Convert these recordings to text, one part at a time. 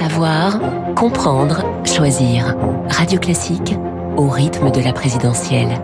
Savoir, comprendre, choisir. Radio Classique, au rythme de la présidentielle.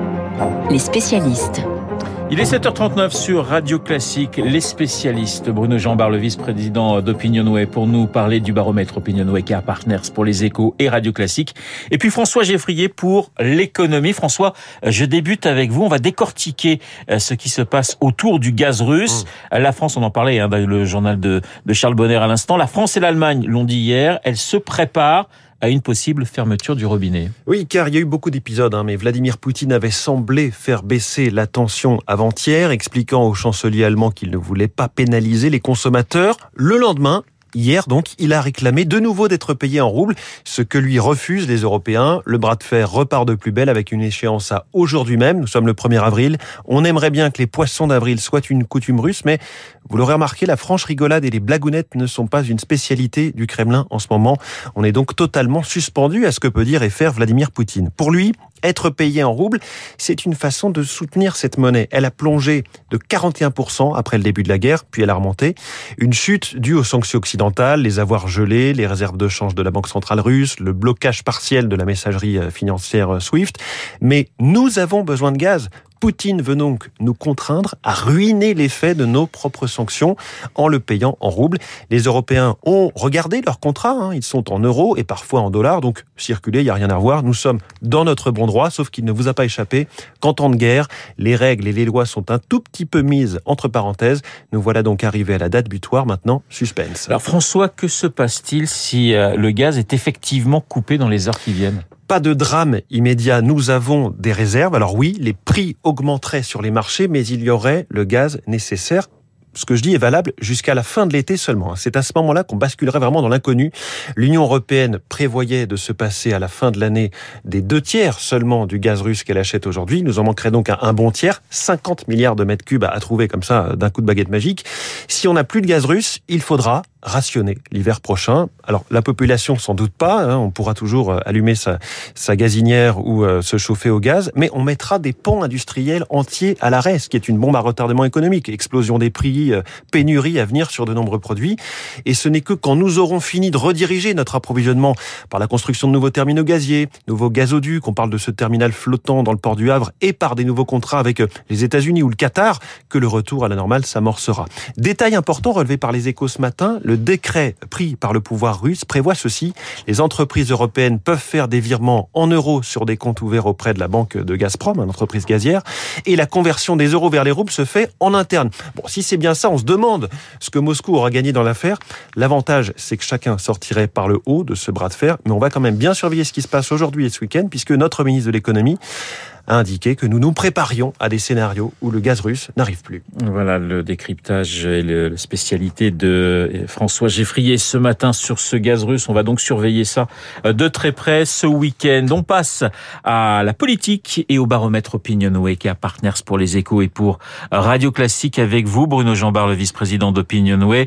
Les spécialistes. Il est 7h39 sur Radio Classique. Les spécialistes. Bruno Jeanbart, le vice-président d'Opinionway, pour nous parler du baromètre Opinionway Care Partners pour les Échos et Radio Classique. Et puis François Geffrier pour l'économie. François, je débute avec vous. On va décortiquer ce qui se passe autour du gaz russe. La France, on en parlait dans le journal de Charles Bonner à l'instant. La France et l'Allemagne l'ont dit hier. Elles se préparent à une possible fermeture du robinet. Oui, car il y a eu beaucoup d'épisodes, mais Vladimir Poutine avait semblé faire baisser la tension avant-hier, expliquant au chancelier allemand qu'il ne voulait pas pénaliser les consommateurs. Le lendemain, hier donc, il a réclamé de nouveau d'être payé en roubles, ce que lui refusent les Européens. Le bras de fer repart de plus belle avec une échéance à aujourd'hui même. Nous sommes le 1er avril. On aimerait bien que les poissons d'avril soient une coutume russe, mais vous l'aurez remarqué, la franche rigolade et les blagounettes ne sont pas une spécialité du Kremlin en ce moment. On est donc totalement suspendu à ce que peut dire et faire Vladimir Poutine. Pour lui, être payé en roubles, c'est une façon de soutenir cette monnaie. Elle a plongé de 41% après le début de la guerre, puis elle a remonté. Une chute due aux sanctions occidentales, les avoirs gelés, les réserves de change de la Banque centrale russe, le blocage partiel de la messagerie financière SWIFT. Mais nous avons besoin de gaz. Poutine veut donc nous contraindre à ruiner l'effet de nos propres sanctions en le payant en roubles. Les Européens ont regardé leurs contrats, ils sont en euros et parfois en dollars, donc circuler, il n'y a rien à voir. Nous sommes dans notre bon droit, sauf qu'il ne vous a pas échappé qu'en temps de guerre, les règles et les lois sont un tout petit peu mises entre parenthèses. Nous voilà donc arrivés à la date butoir, maintenant suspense. Alors François, que se passe-t-il si le gaz est effectivement coupé dans les heures qui viennent ? Pas de drame immédiat, nous avons des réserves. Alors oui, les prix augmenteraient sur les marchés, mais il y aurait le gaz nécessaire. Ce que je dis est valable jusqu'à la fin de l'été seulement. C'est à ce moment-là qu'on basculerait vraiment dans l'inconnu. L'Union européenne prévoyait de se passer à la fin de l'année des 2/3 seulement du gaz russe qu'elle achète aujourd'hui. Il nous en manquerait donc un bon tiers, 50 milliards de mètres cubes à trouver comme ça d'un coup de baguette magique. Si on n'a plus de gaz russe, il faudra rationner l'hiver prochain. Alors la population sans doute pas, on pourra toujours allumer sa gazinière ou se chauffer au gaz, mais on mettra des pans industriels entiers à l'arrêt, ce qui est une bombe à retardement économique, explosion des prix, pénurie à venir sur de nombreux produits. Et ce n'est que quand nous aurons fini de rediriger notre approvisionnement par la construction de nouveaux terminaux gaziers, nouveaux gazoducs, on parle de ce terminal flottant dans le port du Havre, et par des nouveaux contrats avec les États-Unis ou le Qatar, que le retour à la normale s'amorcera. Détail important relevé par les Échos ce matin, le décret pris par le pouvoir russe prévoit ceci. Les entreprises européennes peuvent faire des virements en euros sur des comptes ouverts auprès de la banque de Gazprom, une entreprise gazière, et la conversion des euros vers les roubles se fait en interne. Bon, si c'est bien ça, on se demande ce que Moscou aura gagné dans l'affaire. L'avantage, c'est que chacun sortirait par le haut de ce bras de fer, mais on va quand même bien surveiller ce qui se passe aujourd'hui et ce week-end, puisque notre ministre de l'économie a indiqué que nous nous préparions à des scénarios où le gaz russe n'arrive plus. Voilà le décryptage et la spécialité de François Geffrier ce matin sur ce gaz russe. On va donc surveiller ça de très près ce week-end. On passe à la politique et au baromètre Opinionway Care Partners pour les Échos et pour Radio Classique avec vous, Bruno Jeanbart, le vice-président d'Opinionway.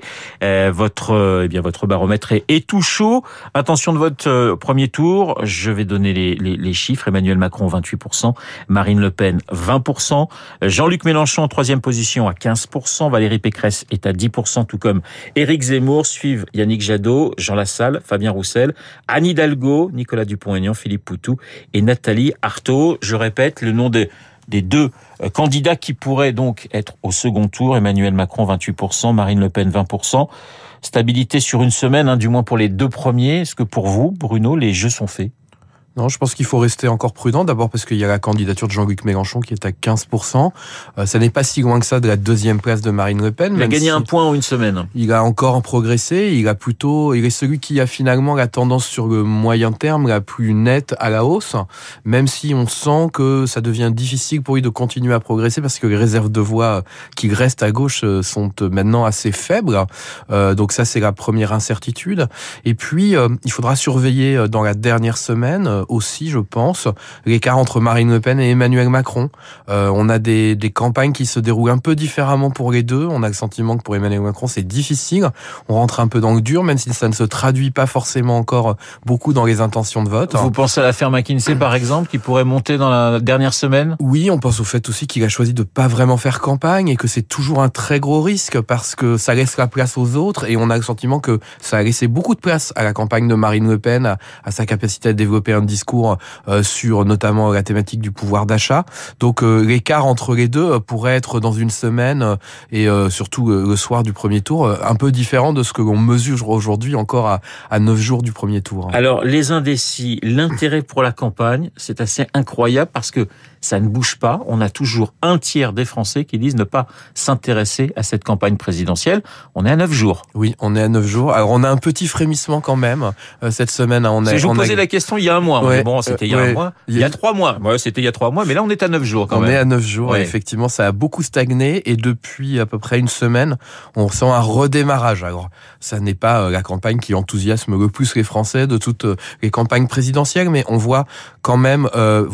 Votre baromètre est tout chaud. Attention de votre premier tour. Je vais donner les chiffres. Emmanuel Macron, 28%. Marine Le Pen, 20%. Jean-Luc Mélenchon en troisième position à 15%. Valérie Pécresse est à 10%, tout comme Éric Zemmour. Suivent Yannick Jadot, Jean Lassalle, Fabien Roussel, Anne Hidalgo, Nicolas Dupont-Aignan, Philippe Poutou et Nathalie Arthaud. Je répète le nom des deux candidats qui pourraient donc être au second tour. Emmanuel Macron, 28%. Marine Le Pen, 20%. Stabilité sur une semaine, du moins pour les deux premiers. Est-ce que pour vous, Bruno, les jeux sont faits ? Non, je pense qu'il faut rester encore prudent. D'abord parce qu'il y a la candidature de Jean-Luc Mélenchon qui est à 15%. Ça n'est pas si loin que ça de la deuxième place de Marine Le Pen. Il a gagné un point en une semaine. Il a encore progressé. Il est celui qui a finalement la tendance sur le moyen terme la plus nette à la hausse. Même si on sent que ça devient difficile pour lui de continuer à progresser parce que les réserves de voix qui restent à gauche sont maintenant assez faibles. Donc ça, c'est la première incertitude. Et puis, il faudra surveiller dans la dernière semaine aussi, je pense, l'écart entre Marine Le Pen et Emmanuel Macron. On a des campagnes qui se déroulent un peu différemment pour les deux. On a le sentiment que pour Emmanuel Macron, c'est difficile. On rentre un peu dans le dur, même si ça ne se traduit pas forcément encore beaucoup dans les intentions de vote. Vous pensez à l'affaire McKinsey, par exemple, qui pourrait monter dans la dernière semaine? Oui, on pense au fait aussi qu'il a choisi de pas vraiment faire campagne et que c'est toujours un très gros risque parce que ça laisse la place aux autres et on a le sentiment que ça a laissé beaucoup de place à la campagne de Marine Le Pen, à sa capacité à développer un discours sur notamment la thématique du pouvoir d'achat. Donc l'écart entre les deux pourrait être dans une semaine et surtout le soir du premier tour un peu différent de ce que l'on mesure aujourd'hui encore à 9 jours du premier tour. Alors les indécis, l'intérêt pour la campagne, c'est assez incroyable parce que ça ne bouge pas. On a toujours un tiers des Français qui disent ne pas s'intéresser à cette campagne présidentielle. On est à 9 jours. Oui, on est à 9 jours. Alors on a un petit frémissement quand même cette semaine. Je vous posais la question il y a un mois. Ouais, bon, c'était il y a un mois. Il y a 3 mois. Ouais, c'était il y a 3 mois, mais là on est à 9 jours quand même. On est à 9 jours. Ouais. Et effectivement, ça a beaucoup stagné et depuis à peu près une semaine, on sent un redémarrage. Alors, ça n'est pas la campagne qui enthousiasme le plus les Français de toutes les campagnes présidentielles, mais on voit quand même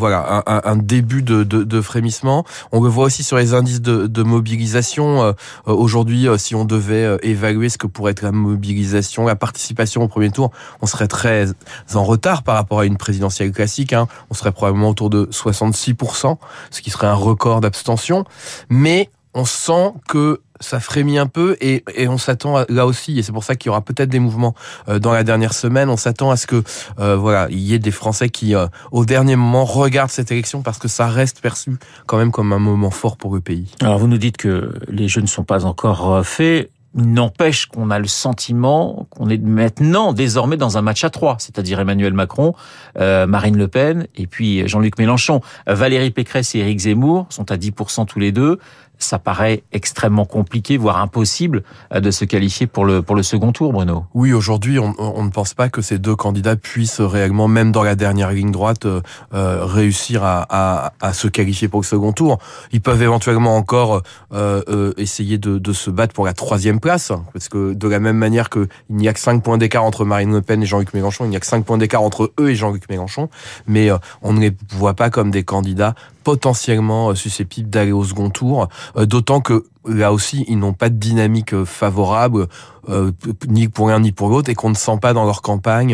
un début de frémissement. On le voit aussi sur les indices de mobilisation. Aujourd'hui, si on devait évaluer ce que pourrait être la mobilisation, la participation au premier tour, on serait très en retard par rapport à une présidentielle classique. On serait probablement autour de 66%, ce qui serait un record d'abstention. Mais on sent que ça frémit un peu et on s'attend là aussi, et c'est pour ça qu'il y aura peut-être des mouvements dans la dernière semaine. On s'attend à ce que il y ait des Français qui au dernier moment regardent cette élection parce que ça reste perçu quand même comme un moment fort pour le pays. Alors vous nous dites que les jeux ne sont pas encore faits. N'empêche qu'on a le sentiment qu'on est maintenant désormais dans un match à 3, c'est-à-dire Emmanuel Macron, Marine Le Pen et puis Jean-Luc Mélenchon. Valérie Pécresse et Éric Zemmour sont à 10% tous les deux. Ça paraît extrêmement compliqué, voire impossible, de se qualifier pour le second tour, Bruno. Oui, aujourd'hui, on ne pense pas que ces deux candidats puissent réellement, même dans la dernière ligne droite, réussir à se qualifier pour le second tour. Ils peuvent éventuellement encore essayer de se battre pour la troisième place, parce que de la même manière qu'il n'y a que 5 points d'écart entre Marine Le Pen et Jean-Luc Mélenchon, il n'y a que 5 points d'écart entre eux et Jean-Luc Mélenchon, mais on ne les voit pas comme des candidats potentiellement susceptibles d'aller au second tour, d'autant que là aussi, ils n'ont pas de dynamique favorable, ni pour l'un ni pour l'autre, et qu'on ne sent pas dans leur campagne,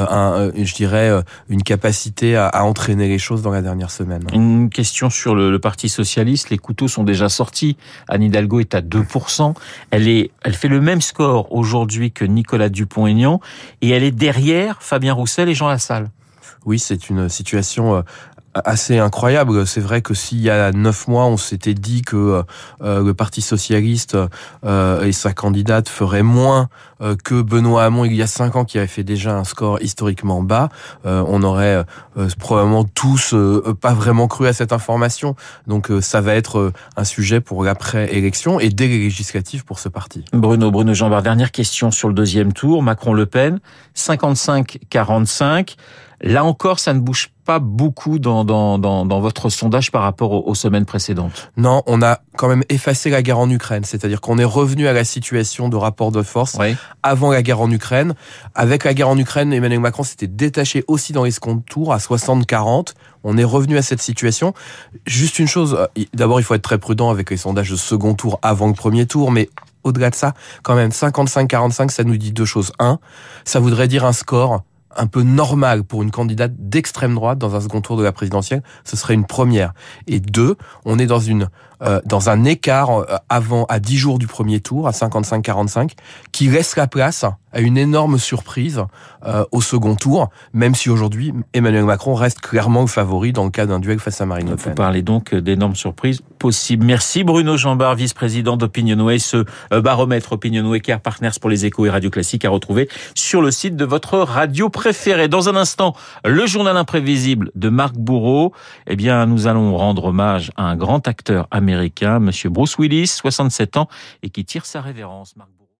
une capacité à entraîner les choses dans la dernière semaine. Une question sur le Parti Socialiste. Les couteaux sont déjà sortis. Anne Hidalgo est à 2%. Elle fait le même score aujourd'hui que Nicolas Dupont-Aignan, et elle est derrière Fabien Roussel et Jean Lassalle. Oui, c'est une situation assez incroyable. C'est vrai que s'il y a 9 mois, on s'était dit que le Parti Socialiste et sa candidate feraient moins que Benoît Hamon il y a 5 ans, qui avait fait déjà un score historiquement bas, on aurait probablement tous pas vraiment cru à cette information. Donc ça va être un sujet pour l'après-élection et dès les législatives pour ce parti. Bruno Jambard, dernière question sur le deuxième tour. Macron-Le Pen, 55-45. Là encore, ça ne bouge pas beaucoup dans votre sondage par rapport aux semaines précédentes. Non, on a quand même effacé la guerre en Ukraine. C'est-à-dire qu'on est revenu à la situation de rapport de force avant la guerre en Ukraine. Avec la guerre en Ukraine, Emmanuel Macron s'était détaché aussi dans les second tours à 60-40. On est revenu à cette situation. Juste une chose, d'abord il faut être très prudent avec les sondages de second tour avant le premier tour, mais au-delà de ça, quand même, 55-45, ça nous dit deux choses. Un, ça voudrait dire un score un peu normal pour une candidate d'extrême droite dans un second tour de la présidentielle, ce serait une première. Et deux, on est dans un écart à 10 jours du premier tour, à 55-45, qui laisse la place à une énorme surprise au second tour, même si aujourd'hui, Emmanuel Macron reste clairement le favori dans le cas d'un duel face à Marine Le Pen. Vous parlez donc d'énormes surprises possibles. Merci Bruno Jambard, vice-président d'Opinionway, ce baromètre Opinionway Care Partners pour les Échos et Radio Classique à retrouver sur le site de votre radio préférée. Dans un instant, le journal imprévisible de Marc Bourreau. Eh bien, nous allons rendre hommage à un grand acteur américain, monsieur Bruce Willis, 67 ans, et qui tire sa révérence. Marc